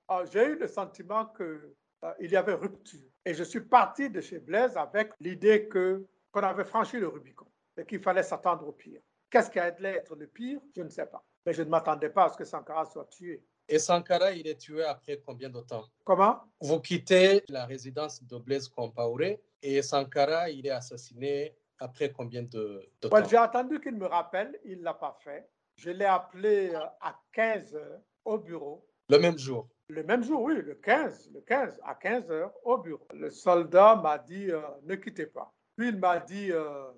J'ai eu le sentiment qu'il y avait rupture. Et je suis parti de chez Blaise avec l'idée qu'on avait franchi le Rubicon et qu'il fallait s'attendre au pire. Qu'est-ce qui allait être le pire? Je ne sais pas. Mais je ne m'attendais pas à ce que Sankara soit tué. Et Sankara, il est tué après combien de temps? Comment? Vous quittez la résidence de Blaise Compaoré et Sankara, il est assassiné après combien de Well, temps? j'ai attendu qu'il me rappelle. Il ne l'a pas fait. Je l'ai appelé à 15 heures au bureau. Le même jour. Le même jour, oui, le 15 à 15 heures au bureau. Le soldat m'a dit ne quittez pas. Puis il m'a dit,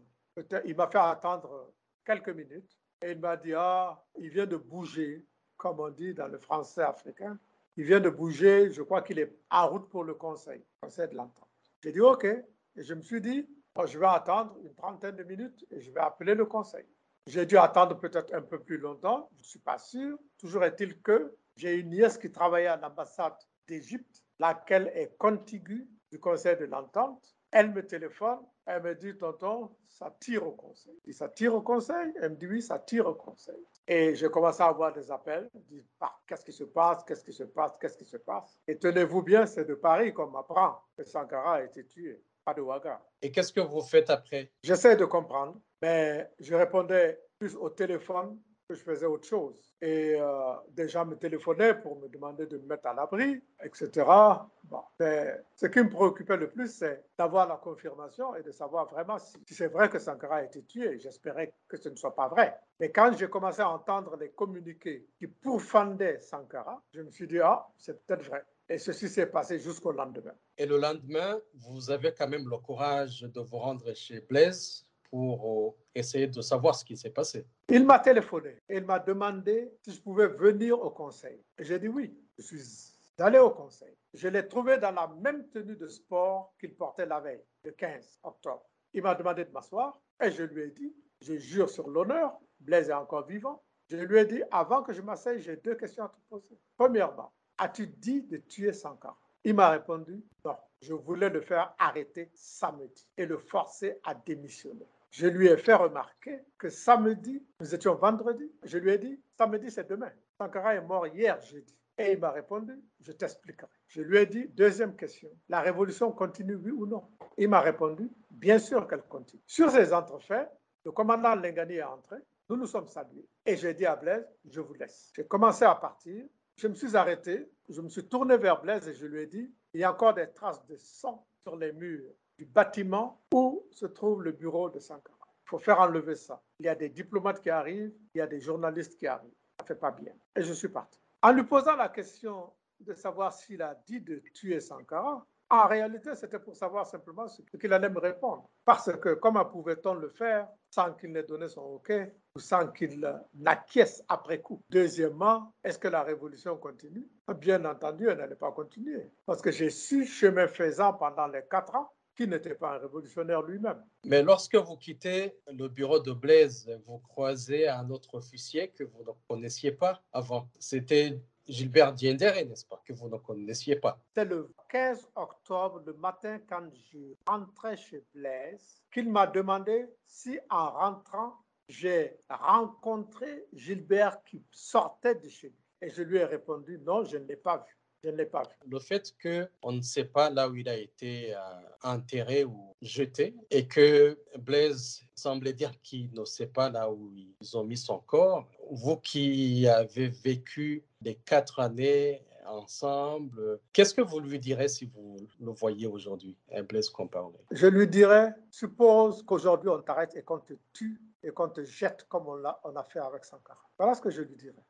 il m'a fait attendre quelques minutes et il m'a dit il vient de bouger, comme on dit dans le français africain. Il vient de bouger, je crois qu'il est en route pour le conseil de l'entente. J'ai dit OK et je me suis dit je vais attendre une trentaine de minutes et je vais appeler le conseil. J'ai dû attendre peut-être un peu plus longtemps, je ne suis pas sûr. Toujours est-il que j'ai une nièce qui travaillait à l'ambassade d'Égypte, laquelle est contiguë du conseil de l'entente. Elle me téléphone, elle me dit tonton, ça tire au conseil. Je dis ça tire au conseil? Elle me dit oui, ça tire au conseil. Et j'ai commencé à avoir des appels. Je dis qu'est-ce qui se passe? Qu'est-ce qui se passe? Qu'est-ce qui se passe? Et tenez-vous bien, c'est de Paris qu'on m'apprend que Sankara a été tué, pas de Ouaga. Et qu'est-ce que vous faites après? J'essaie de comprendre, mais je répondais plus au téléphone que je faisais autre chose. Et des gens me téléphonaient pour me demander de me mettre à l'abri, etc. Bon, mais ce qui me préoccupait le plus, c'est d'avoir la confirmation et de savoir vraiment si c'est vrai que Sankara a été tué. J'espérais que ce ne soit pas vrai. Mais quand j'ai commencé à entendre les communiqués qui pourfendaient Sankara, je me suis dit, c'est peut-être vrai. Et ceci s'est passé jusqu'au lendemain. Et le lendemain, vous avez quand même le courage de vous rendre chez Blaise pour essayer de savoir ce qui s'est passé. Il m'a téléphoné et il m'a demandé si je pouvais venir au conseil. Et j'ai dit oui. Je suis allé au conseil. Je l'ai trouvé dans la même tenue de sport qu'il portait la veille, le 15 octobre. Il m'a demandé de m'asseoir et je lui ai dit, je jure sur l'honneur, Blaise est encore vivant. Je lui ai dit, avant que je m'asseye, j'ai deux questions à te poser. Premièrement, as-tu dit de tuer Sankara? Il m'a répondu, non, je voulais le faire arrêter samedi et le forcer à démissionner. Je lui ai fait remarquer que samedi, nous étions vendredi, je lui ai dit, samedi c'est demain. Sankara est mort hier jeudi. Et il m'a répondu, je t'expliquerai. Je lui ai dit, deuxième question, la révolution continue, oui ou non? Il m'a répondu, bien sûr qu'elle continue. Sur ces entrefaits, le commandant Lengani est entré, nous nous sommes salués. Et j'ai dit à Blaise, je vous laisse. J'ai commencé à partir, je me suis arrêté, je me suis tourné vers Blaise et je lui ai dit, il y a encore des traces de sang sur les murs du bâtiment où se trouve le bureau de Sankara. Il faut faire enlever ça. Il y a des diplomates qui arrivent, il y a des journalistes qui arrivent. Ça ne fait pas bien. Et je suis parti. En lui posant la question de savoir s'il a dit de tuer Sankara, en réalité, c'était pour savoir simplement ce qu'il allait me répondre. Parce que comment pouvait-on le faire sans qu'il n'ait donné son OK ou sans qu'il n'acquiesce après coup? Deuxièmement, est-ce que la révolution continue? Bien entendu, elle n'allait pas continuer. Parce que j'ai su, chemin faisant pendant les 4 ans, qu'il n'était pas un révolutionnaire lui-même. Mais lorsque vous quittez le bureau de Blaise, vous croisez un autre officier que vous ne connaissiez pas avant. C'était Gilbert Diendéré, n'est-ce pas, que vous ne connaissiez pas. C'est le 15 octobre, le matin, quand je rentrais chez Blaise, qu'il m'a demandé si en rentrant, j'ai rencontré Gilbert qui sortait de chez lui. Et je lui ai répondu non, je ne l'ai pas vu. Je ne l'ai pas vu. Le fait qu'on ne sait pas là où il a été enterré ou jeté et que Blaise semblait dire qu'il ne sait pas là où ils ont mis son corps, vous qui avez vécu les 4 années ensemble, qu'est-ce que vous lui direz si vous le voyez aujourd'hui, Blaise Compaoré? Je lui dirais, suppose qu'aujourd'hui on t'arrête et qu'on te tue et qu'on te jette comme on a fait avec Sankara. Voilà ce que je lui dirais.